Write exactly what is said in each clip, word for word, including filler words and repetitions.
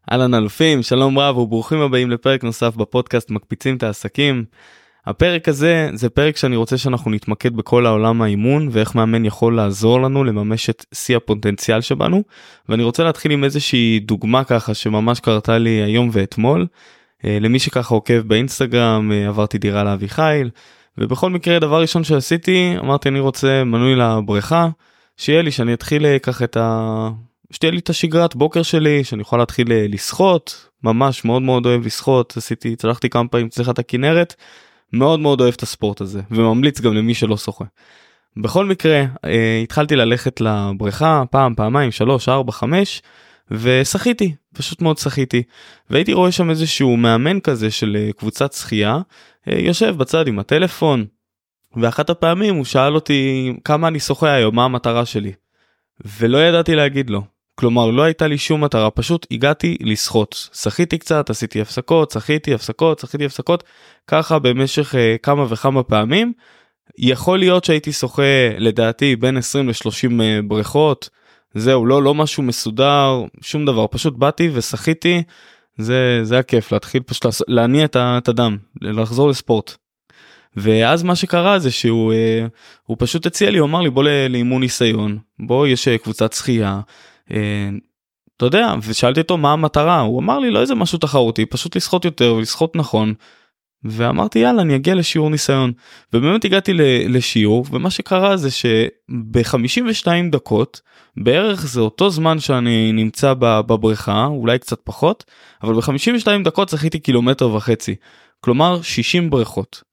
אהלן אלופים, שלום רב וברוכים הבאים לפרק נוסף בפודקאסט מקפיצים את העסקים. הפרק הזה זה פרק שאני רוצה שאנחנו נתמקד בכל העולם האימון ואיך מאמן יכול לעזור לנו לממש את שיא הפוטנציאל שבנו, ואני רוצה להתחיל עם איזושהי דוגמה ככה שממש קרתה לי היום ואתמול. למי שככה עוקב באינסטגרם, עברתי דירה לאביחיל, ובכל מקרה דבר ראשון שעשיתי, אמרתי אני רוצה מנוי לבריכה, שיהיה לי שאני אתחיל ככה את ה... שתהיה לי את השגרת בוקר שלי, שאני יכול להתחיל לשחות, ממש מאוד מאוד אוהב לשחות, עשיתי, צלחתי כמה פעמים צליחת הכנרת, מאוד מאוד אוהב את הספורט הזה, וממליץ גם למי שלא שוחה. בכל מקרה, אה, התחלתי ללכת לבריכה, פעם, פעמיים, שלוש, ארבע, חמש, ושחיתי, פשוט מאוד שחיתי, והייתי רואה שם איזשהו מאמן כזה של קבוצת שחייה, אה, יושב בצד עם הטלפון, ואחת הפעמים הוא שאל אותי כמה אני שוחה היום, מה המטרה שלי, ולא ידעתי להגיד לו. כלומר, לא הייתה לי שום מטרה, פשוט הגעתי לשחות. שחיתי קצת, עשיתי הפסקות, שחיתי הפסקות, שחיתי הפסקות, ככה במשך uh, כמה וכמה פעמים. יכול להיות שהייתי שוחה, לדעתי, בין עשרים לשלושים uh, בריכות. זהו, לא, לא משהו מסודר, שום דבר. פשוט באתי ושחיתי, זה, זה הכיף, להתחיל פשוט להניע את הדם, לחזור לספורט. ואז מה שקרה זה שהוא אה, הוא פשוט הציע לי, הוא אמר לי בוא לאימון ניסיון, בוא יש קבוצת שחייה, אה, אתה יודע, ושאלתי אותו מה המטרה, הוא אמר לי לא איזה משהו תחרותי, פשוט לשחות יותר ולשחות נכון, ואמרתי יאללה אני אגיע לשיעור ניסיון, ובאמת הגעתי לשיעור, ומה שקרה זה שב-חמישים ושתיים דקות, בערך זה אותו זמן שאני נמצא בבריכה, אולי קצת פחות, אבל ב-חמישים ושתיים דקות שחיתי קילומטר וחצי, כלומר שישים בריכות.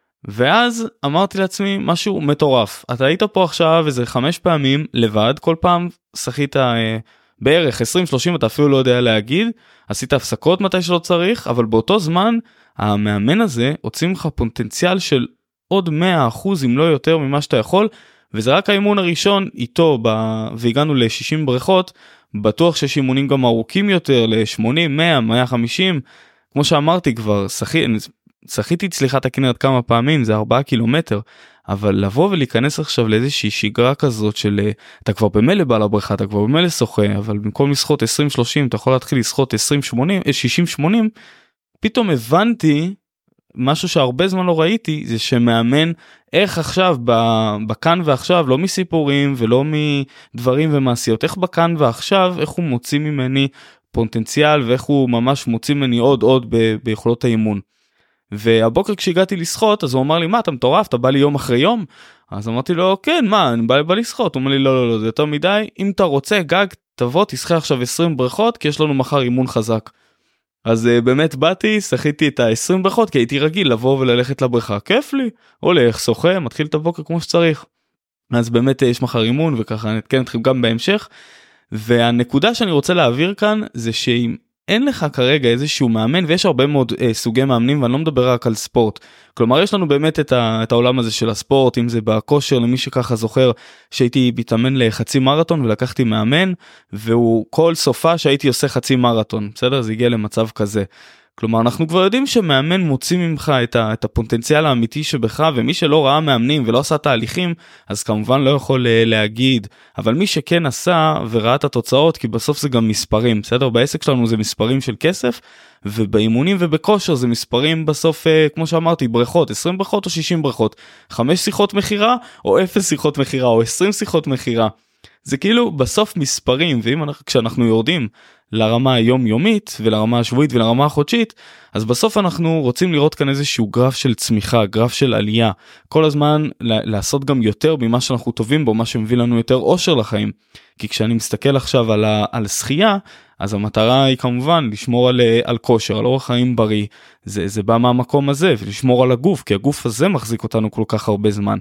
ואז אמרתי לעצמי משהו מטורף, אתה היית פה עכשיו איזה חמש פעמים לבד, כל פעם שחית אה, בערך עשרים שלושים, אתה אפילו לא יודע להגיד, עשית הפסקות מתי שלא צריך, אבל באותו זמן המאמן הזה הוציא לך פוטנציאל של עוד מאה אחוז אם לא יותר ממה שאתה יכול, וזה רק האימון הראשון איתו, ב... והגענו ל-שישים בריכות, בטוח שיש אימונים גם ארוכים יותר, ל-שמונים, מאה, מאה וחמישים, כמו שאמרתי כבר, שחי... שחיתי צליחת הכנרת כמה פעמים, זה ארבעה קילומטר, אבל לבוא ולהיכנס עכשיו לאיזושהי שגרה כזאת של, אתה כבר במילא בא לבריכה, אתה כבר במילא שוחה, אבל במקום לשחות עשרים שלושים, אתה יכול להתחיל לשחות עשרים שמונים, שישים שמונים, פתאום הבנתי, משהו שהרבה זמן לא ראיתי, זה שמאמן איך עכשיו, בכאן ועכשיו, לא מסיפורים ולא מדברים ומעשיות, איך בכאן ועכשיו, איך הוא מוציא ממני פוטנציאל, ואיך הוא ממש מוציא ממני עוד עוד ב- ביכולות האימון. והבוקר כשהגעתי לשחות, אז הוא אמר לי, מה, אתה מטורף, אתה בא לי יום אחרי יום? אז אמרתי לו, כן, מה, אני בא, בא לשחות. הוא אומר לי, לא, לא, לא, זה יותר מדי, אם אתה רוצה, גג, תבוא, תשחה עכשיו עשרים בריכות, כי יש לנו מחר אימון חזק. אז uh, באמת באתי, שחיתי את ה-עשרים בריכות, כי הייתי רגיל לבוא וללכת לבריכה, כיף לי, הולך, שוחה, מתחיל את הבוקר כמו שצריך. אז באמת יש מחר אימון, וככה נתקן אתכם גם בהמשך, והנקודה שאני רוצה להעביר כאן, זה שאם אין לך כרגע איזשהו מאמן, ויש הרבה מאוד אה, סוגי מאמנים, ואני לא מדבר רק על ספורט. כלומר, יש לנו באמת את, ה, את העולם הזה של הספורט, אם זה בכושר, למי שככה זוכר, שהייתי מתאמן לחצי מרתון, ולקחתי מאמן, והוא כל סופה שהייתי עושה חצי מרתון, בסדר? זה הגיע למצב כזה. כלומר, אנחנו כבר יודעים שמאמן מוציא ממך את, ה, את הפוטנציאל האמיתי שבך, ומי שלא ראה מאמנים ולא עשה תהליכים, אז כמובן לא יכול להגיד, אבל מי שכן עשה וראה את התוצאות, כי בסוף זה גם מספרים, בסדר? בעסק שלנו זה מספרים של כסף, ובאימונים ובכושר זה מספרים בסוף, כמו שאמרתי, בריכות, עשרים בריכות או שישים בריכות, חמש שיחות מחירה, או אפס שיחות מחירה, או עשרים שיחות מחירה. זה כאילו בסוף מספרים, ואם אנחנו, כשאנחנו יורדים לרמה היומיומית ולרמה השבועית ולרמה החודשית, אז בסוף אנחנו רוצים לראות כאן איזשהו גרף של צמיחה, גרף של עלייה, כל הזמן לעשות גם יותר ממה שאנחנו טובים בו, מה שמביא לנו יותר אושר לחיים. כי כשאני מסתכל עכשיו על, ה, על שחייה, אז המטרה היא כמובן לשמור על, על כושר, על אורח חיים בריא, זה, זה בא מהמקום הזה, ולשמור על הגוף, כי הגוף הזה מחזיק אותנו כל כך הרבה זמן.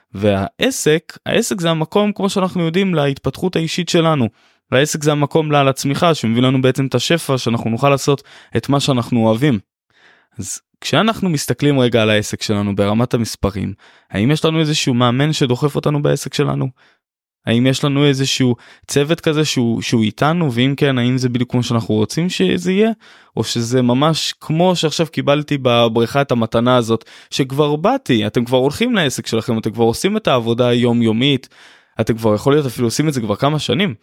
והעסק, העסק זה המקום, כמו שאנחנו יודעים, להתפתחות האישית שלנו. והעסק זה המקום לה, לצמיחה, שמביא לנו בעצם את השפע, שאנחנו נוכל לעשות את מה שאנחנו אוהבים. אז כשאנחנו מסתכלים רגע על העסק שלנו ברמת המספרים, האם יש לנו איזשהו מאמן שדוחף אותנו בעסק שלנו? האם יש לנו איזשהו צוות כזה שהוא, שהוא איתנו, ואם כן, האם זה בדיוק כמו שאנחנו רוצים שזה יהיה? או שזה ממש כמו שעכשיו קיבלתי בבריכה את המתנה הזאת, שכבר באתי, אתם כבר הולכים לעסק שלכם, אתם כבר עושים את העבודה היומיומית, אתם כבר יכול להיות אפילו עושים את זה כבר כמה שנים,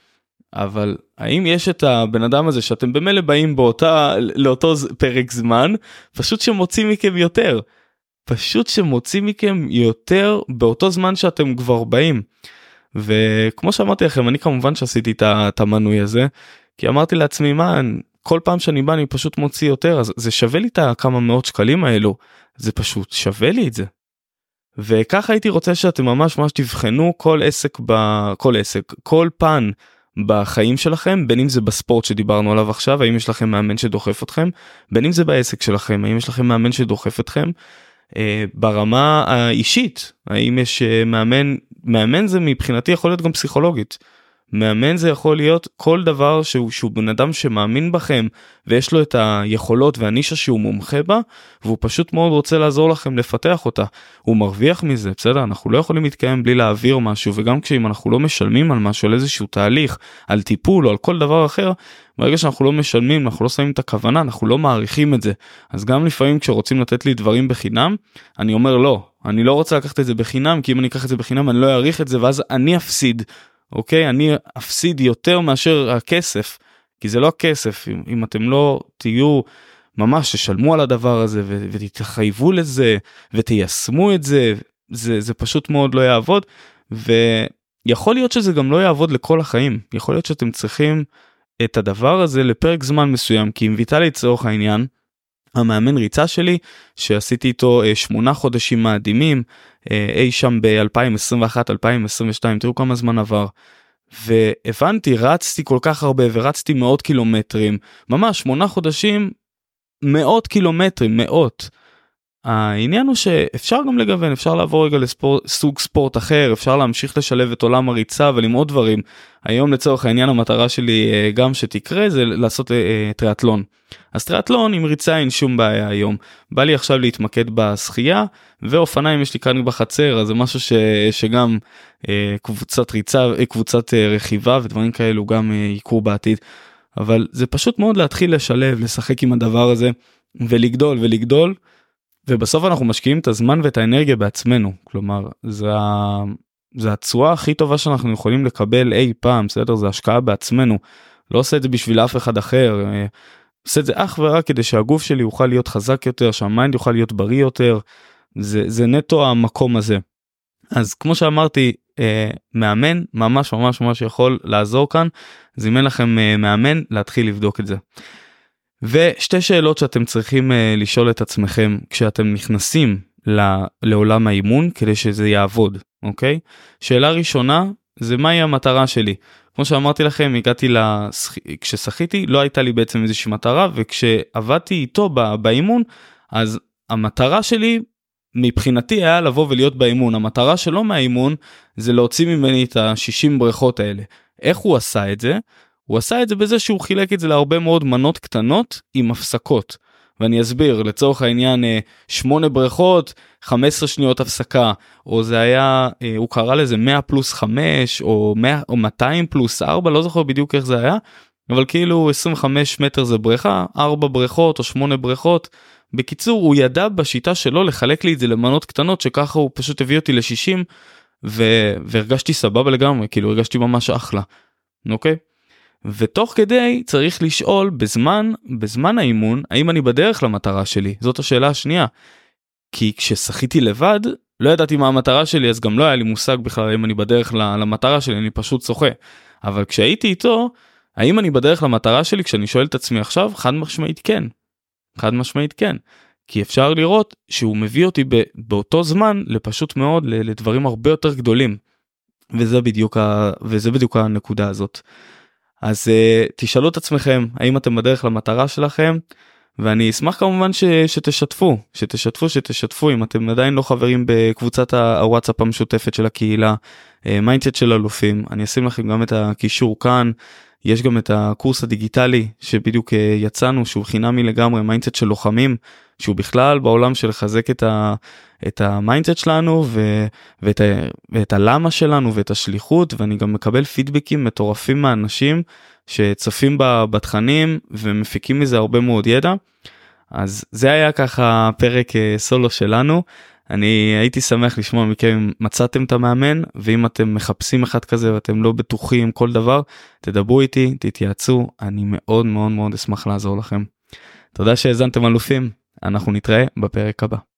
אבל האם יש את הבן אדם הזה שאתם במילא באים באותה, לאותו פרק זמן, פשוט שמוציא מכם יותר, פשוט שמוציא מכם יותר באותו זמן שאתם כבר באים. וכמו שאמרתי לכם, אני כמובן שעשיתי את המנוי הזה, כי אמרתי לעצמי, מה, כל פעם שאני בא אני פשוט מוציא יותר, אז זה שווה לי את הכמה מאות שקלים האלו, זה פשוט שווה לי את זה. וככה הייתי רוצה שאתם ממש ממש תבחנו כל עסק, ב... כל עסק, כל פן בחיים שלכם, בין אם זה בספורט שדיברנו עליו עכשיו, האם יש לכם מאמן שדוחף אתכם, בין אם זה בעסק שלכם, האם יש לכם מאמן שדוחף אתכם, אה, ברמה האישית, האם יש אה, מאמן, מאמן זה מבחינתי יכול להיות גם פסיכולוגית, מאמן זה יכול להיות כל דבר שהוא, שהוא בן אדם שמאמין בכם ויש לו את היכולות והנישה שהוא מומחה בה והוא פשוט מאוד רוצה לעזור לכם לפתח אותה. הוא מרוויח מזה, בסדר? אנחנו לא יכולים להתקיים בלי להעביר משהו, וגם כשאם אנחנו לא משלמים על משהו, על איזשהו תהליך, על טיפול או על כל דבר אחר, ברגע שאנחנו לא משלמים, אנחנו לא שמים את הכוונה, אנחנו לא מעריכים את זה. אז גם לפעמים כשרוצים לתת לי דברים בחינם, אני אומר לא, אני לא רוצה לקחת את זה בחינם, כי אם אני אקח את זה בחינם אני לא אעריך את זה ואז אני אפסיד. אוקיי, אני אפסיד יותר מאשר הכסף, כי זה לא הכסף, אם, אם אתם לא תהיו ממש תשלמו על הדבר הזה ו- ותתחייבו לזה ותיישמו את זה, זה, זה פשוט מאוד לא יעבוד, ויכול להיות שזה גם לא יעבוד לכל החיים, יכול להיות שאתם צריכים את הדבר הזה לפרק זמן מסוים, כי אם ויטלי לצורך העניין, המאמן ריצה שלי, שעשיתי איתו שמונה חודשים מאדימים, אי שם ב-אלפיים עשרים ואחת אלפיים עשרים ושתיים, תראו כמה זמן עבר, והבנתי, רצתי כל כך הרבה, ורצתי מאות קילומטרים, ממש שמונה חודשים, מאות קילומטרים, מאות. העניין הוא שאפשר גם לגוון, אפשר לעבור רגע לסוג ספורט אחר, אפשר להמשיך לשלב את עולם הריצה ולמוד דברים. היום לצורך העניין המטרה שלי גם שתקרה זה לעשות טריאטלון. אז טריאטלון עם ריצה אין שום בעיה היום. בא לי עכשיו להתמקד בשחייה, ואופניים יש לי כאן בחצר, אז זה משהו ש, שגם אה, קבוצת ריצה, קבוצת אה, רכיבה ודברים כאלו גם אה, יקרו בעתיד. אבל זה פשוט מאוד להתחיל לשלב, לשחק עם הדבר הזה, ולגדול ולגדול, ובסוף אנחנו משקיעים את הזמן ואת האנרגיה בעצמנו. כלומר, זה, זה הצורה הכי טובה שאנחנו יכולים לקבל אי פעם, בסדר? זה השקעה בעצמנו. לא עושה את זה בשביל אף אחד אחר, עושה את זה אך ורק כדי שהגוף שלי יוכל להיות חזק יותר, שהמיינד יוכל להיות בריא יותר, זה, זה נטו המקום הזה. אז כמו שאמרתי, אה, מאמן ממש ממש ממש יכול לעזור כאן, זימן לכם אה, מאמן להתחיל לבדוק את זה. ושתי שאלות שאתם צריכים אה, לשאול את עצמכם כשאתם נכנסים לעולם האימון כדי שזה יעבוד, אוקיי? שאלה ראשונה זה מהי המטרה שלי. כמו שאמרתי לכם, הגעתי לשח... כששחיתי לא הייתה לי בעצם איזושהי מטרה, וכשעבדתי איתו באימון, אז המטרה שלי מבחינתי היה לבוא ולהיות באימון. המטרה שלו מהאימון זה להוציא ממני את ה-שישים בריכות האלה. איך הוא עשה את זה? הוא עשה את זה בזה שהוא חילק את זה להרבה מאוד מנות קטנות עם הפסקות. ואני אסביר, לצורך העניין שמונה בריכות, חמש עשרה שניות הפסקה, או זה היה, הוא קרא לזה מאה פלוס חמש, או, מאה, או מאתיים פלוס ארבע, לא זוכר בדיוק איך זה היה, אבל כאילו עשרים וחמישה מטר זה בריכה, ארבע בריכות או שמונה בריכות, בקיצור הוא ידע בשיטה שלו לחלק לי את זה למנות קטנות, שככה הוא פשוט הביא אותי ל-שישים, ו- והרגשתי סבבה לגמרי, כאילו הרגשתי ממש אחלה, אוקיי? ותוך כדי צריך לשאול בזמן, בזמן האימון, האם אני בדרך למטרה שלי? זאת השאלה השנייה. כי כששחיתי לבד, לא ידעתי מה המטרה שלי, אז גם לא היה לי מושג בכלל האם אני בדרך למטרה שלי, אני פשוט שוחה. אבל כשהייתי איתו, האם אני בדרך למטרה שלי? כשאני שואל את עצמי עכשיו, חד משמעית כן. חד משמעית כן. כי אפשר לראות שהוא מביא אותי באותו זמן, לפשוט מאוד, לדברים הרבה יותר גדולים. וזה בדיוק, ה... וזה בדיוק הנקודה הזאת. אז uh, תשאלו את עצמכם האם אתם בדרך למטרה שלכם, ואני אשמח כמובן ש, שתשתפו, שתשתפו, שתשתפו אם אתם עדיין לא חברים בקבוצת הוואטסאפ המשותפת של הקהילה, מיינדסט של אלופים. אני אשים לכם גם את הקישור כאן, יש גם את הקורס הדיגיטלי שבדיוק יצאנו, שהוא חינמי לגמרי, מיינדסט של לוחמים, שהוא בכלל בעולם של לחזק את ה את המיינדסט שלנו ו, ואת, ה, ואת הלמה שלנו ואת השליחות, ואני גם מקבל פידבקים מטורפים מהאנשים שצופים בתכנים ומפיקים מזה הרבה מאוד ידע. אז זה היה ככה פרק סולו שלנו. אני הייתי שמח לשמוע מכם אם מצאתם את המאמן, ואם אתם מחפשים אחד כזה ואתם לא בטוחים כל דבר, תדברו איתי, תתייעצו, אני מאוד מאוד מאוד אשמח לעזור לכם. תודה שהאזנתם אלופים, אנחנו נתראה בפרק הבא.